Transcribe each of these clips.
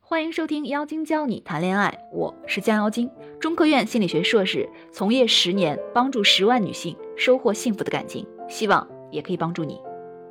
欢迎收听妖精教你谈恋爱，我是江妖精，中科院心理学硕士，从业10年，帮助10万女性收获幸福的感情，希望也可以帮助你。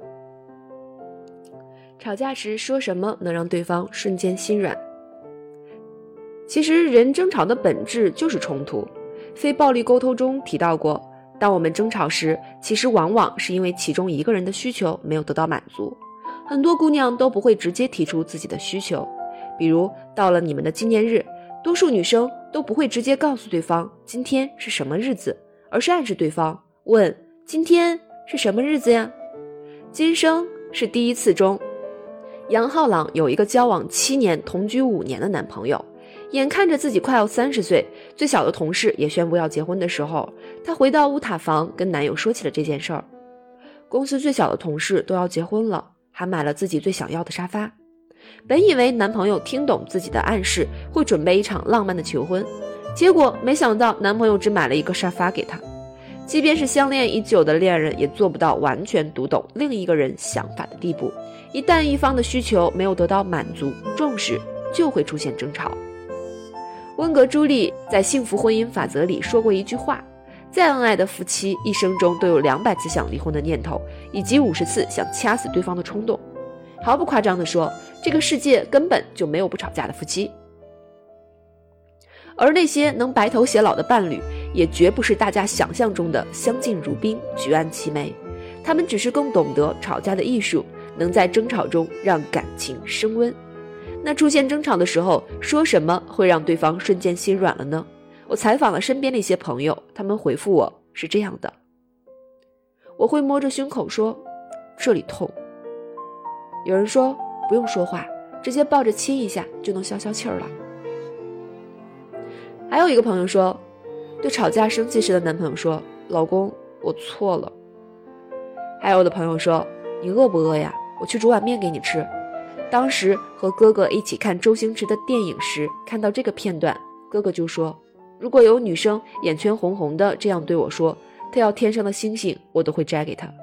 吵架时说什么能让对方瞬间心软？其实人争吵的本质就是冲突。非暴力沟通中提到过，当我们争吵时，其实往往是因为其中一个人的需求没有得到满足。很多姑娘都不会直接提出自己的需求，比如到了你们的纪念日，多数女生都不会直接告诉对方今天是什么日子，而是暗示对方问今天是什么日子呀？今生是第一次中，杨浩朗有一个交往7年同居5年的男朋友，眼看着自己快要30岁，最小的同事也宣布要结婚的时候，她回到乌塔房跟男友说起了这件事儿。公司最小的同事都要结婚了，还买了自己最想要的沙发。本以为男朋友听懂自己的暗示，会准备一场浪漫的求婚，结果没想到男朋友只买了一个沙发给她。即便是相恋已久的恋人，也做不到完全读懂另一个人想法的地步。一旦一方的需求没有得到满足、重视，就会出现争吵。温格朱莉在《幸福婚姻法则》里说过一句话，再恩爱的夫妻一生中都有200次想离婚的念头，以及50次想掐死对方的冲动。毫不夸张地说，这个世界根本就没有不吵架的夫妻。而那些能白头偕老的伴侣，也绝不是大家想象中的相敬如宾、举案齐眉，他们只是更懂得吵架的艺术，能在争吵中让感情升温。那出现争吵的时候，说什么会让对方瞬间心软了呢？我采访了身边的一些朋友，他们回复我是这样的：我会摸着胸口说这里痛。有人说不用说话，直接抱着亲一下就能消消气儿了。还有一个朋友说，对吵架生气时的男朋友说，老公我错了。还有的朋友说，你饿不饿呀？我去煮碗面给你吃。当时和哥哥一起看周星驰的电影时，看到这个片段，哥哥就说，如果有女生眼圈红红的这样对我说，她要天上的星星我都会摘给她。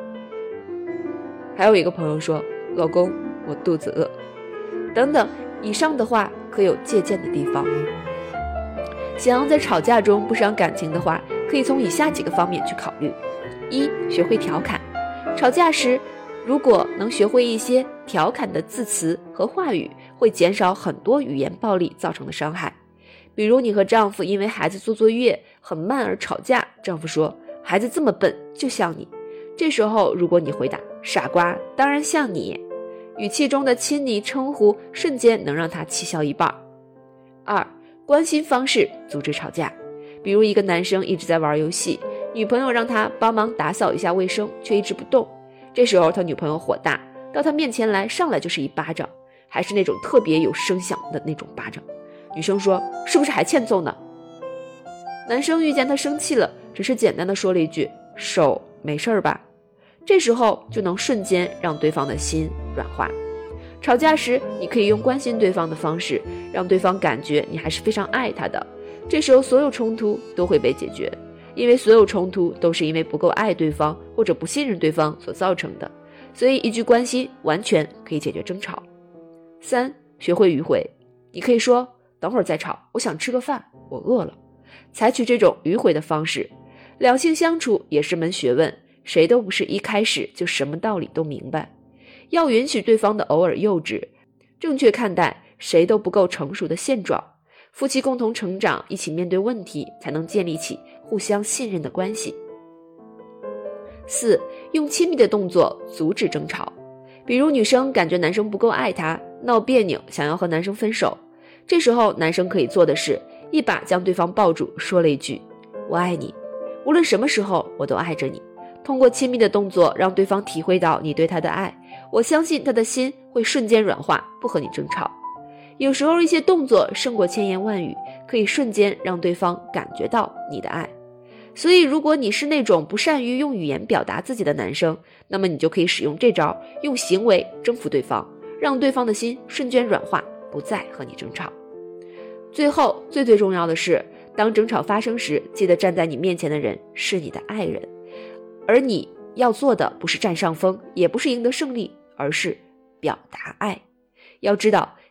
还有一个朋友说，老公我肚子饿。等等，以上的话可有借鉴的地方。想要在吵架中不伤感情的话，可以从以下几个方面去考虑。1. 学会调侃。吵架时如果能学会一些调侃的字词和话语，会减少很多语言暴力造成的伤害。比如你和丈夫因为孩子做作业很慢而吵架，丈夫说孩子这么笨就像你，这时候如果你回答傻瓜当然像你，语气中的亲昵称呼瞬间能让他气消一半。2. 关心方式阻止吵架。比如一个男生一直在玩游戏，女朋友让他帮忙打扫一下卫生，却一直不动。这时候他女朋友火大，到他面前来，上来就是一巴掌，还是那种特别有声响的那种巴掌。女生说是不是还欠揍呢？男生遇见他生气了，只是简单的说了一句手没事吧，这时候就能瞬间让对方的心软化。吵架时你可以用关心对方的方式，让对方感觉你还是非常爱他的，这时候所有冲突都会被解决，因为所有冲突都是因为不够爱对方或者不信任对方所造成的，所以一句关心完全可以解决争吵。3. 学会迂回。你可以说等会儿再吵，我想吃个饭，我饿了，采取这种迂回的方式。两性相处也是门学问，谁都不是一开始就什么道理都明白，要允许对方的偶尔幼稚，正确看待谁都不够成熟的现状。夫妻共同成长，一起面对问题，才能建立起互相信任的关系。4. 用亲密的动作阻止争吵。比如女生感觉男生不够爱她，闹别扭，想要和男生分手，这时候男生可以做的是一把将对方抱住，说了一句我爱你，无论什么时候我都爱着你。通过亲密的动作让对方体会到你对他的爱，我相信他的心会瞬间软化，不和你争吵。有时候一些动作胜过千言万语，可以瞬间让对方感觉到你的爱。所以如果你是那种不善于用语言表达自己的男生，那么你就可以使用这招，用行为征服对方，让对方的心瞬间软化，不再和你争吵。最后最重要的是，当争吵发生时，记得站在你面前的人是你的爱人，而你要做的不是占上风，也不是赢得胜利，而是表达爱。要知道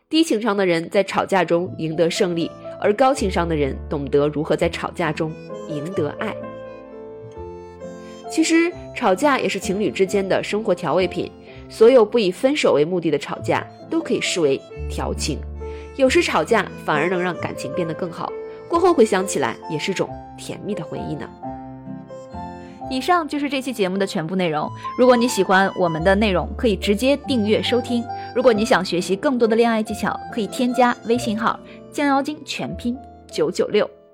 低情商的人在吵架中赢得胜利，而高情商的人懂得如何在吵架中赢得爱。其实吵架也是情侣之间的生活调味品，所有不以分手为目的的吵架都可以视为调情。有时吵架反而能让感情变得更好，过后回想起来也是种甜蜜的回忆呢。 以上就是这期节目的全部内容。如果你喜欢我们的内容，可以直接订阅收听。如果你想学习更多的恋爱技巧，可以添加微信号将妖精全拼996。